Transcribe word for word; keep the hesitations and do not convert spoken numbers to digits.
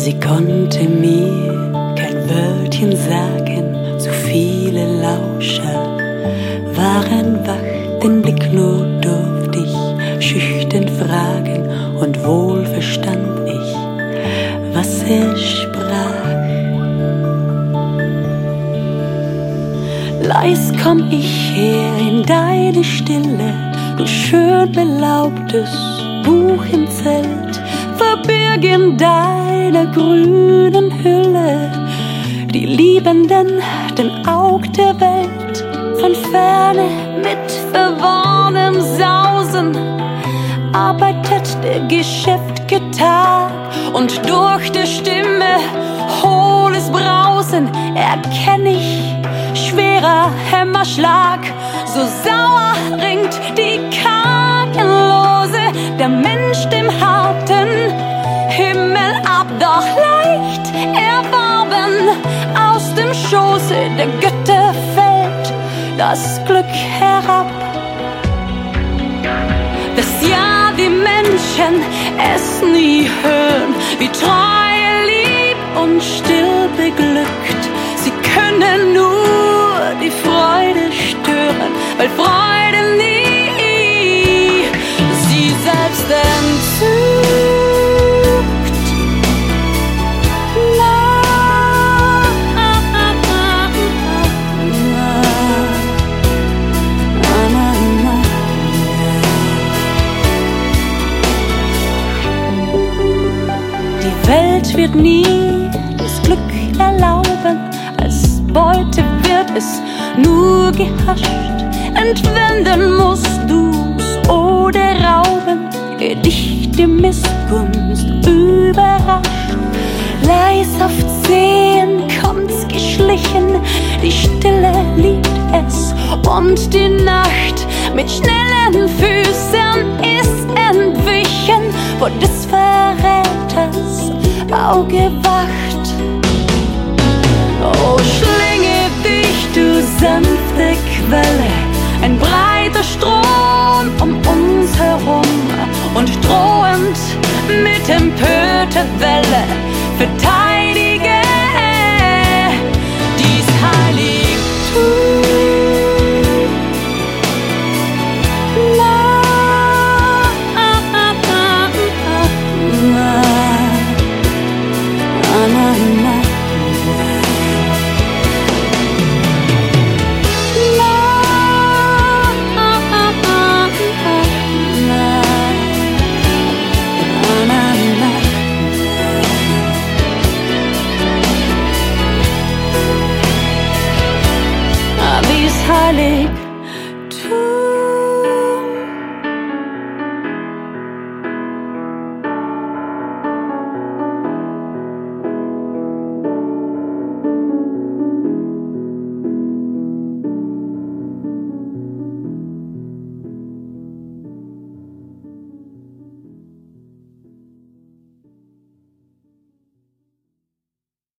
Sie konnte mir kein Wörtchen sagen, so viele Lauscher waren wach, den Blick nur durfte ich schüchtern fragen, und wohl verstand ich, was er sprach. Leis komm ich her in deine Stille, du schön belaubtes Buch im Zelt, verbirg in deiner grünen Hülle die Liebenden, den Aug der Welt. Von Ferne mit verworrenem Sausen arbeitet der geschäft'ge Tag, und durch der Stimme hohles Brausen erkenn ich schwerer Hämmerschlag. So sauer ringt die Krankenlose, der Mensch dem harten Himmel ab, doch leicht erworben aus dem Schoße der Götter fällt das Glück herab. Dass ja die Menschen es nie hören, wie treu, lieb und still beglückt. Sie können nur die Freude stören, weil Freude nie sie selbst entzückt. Die Welt wird nie das Glück erlauben, als Beute wird es nur gehascht. Entwenden musst du's oder rauben, ehe dich die Missgunst überrascht. Leis auf Zehen kommt's geschlichen, die Stille liebt es und die Nacht mit schnellen Füßen ist entwichen, wo des Verräters Auge wacht. Oh, schlinge dich, du sanfte Quelle, ein breiter Strom um uns herum, und drohend mit empörter Welle verteidige dies Heiligtum. Heilig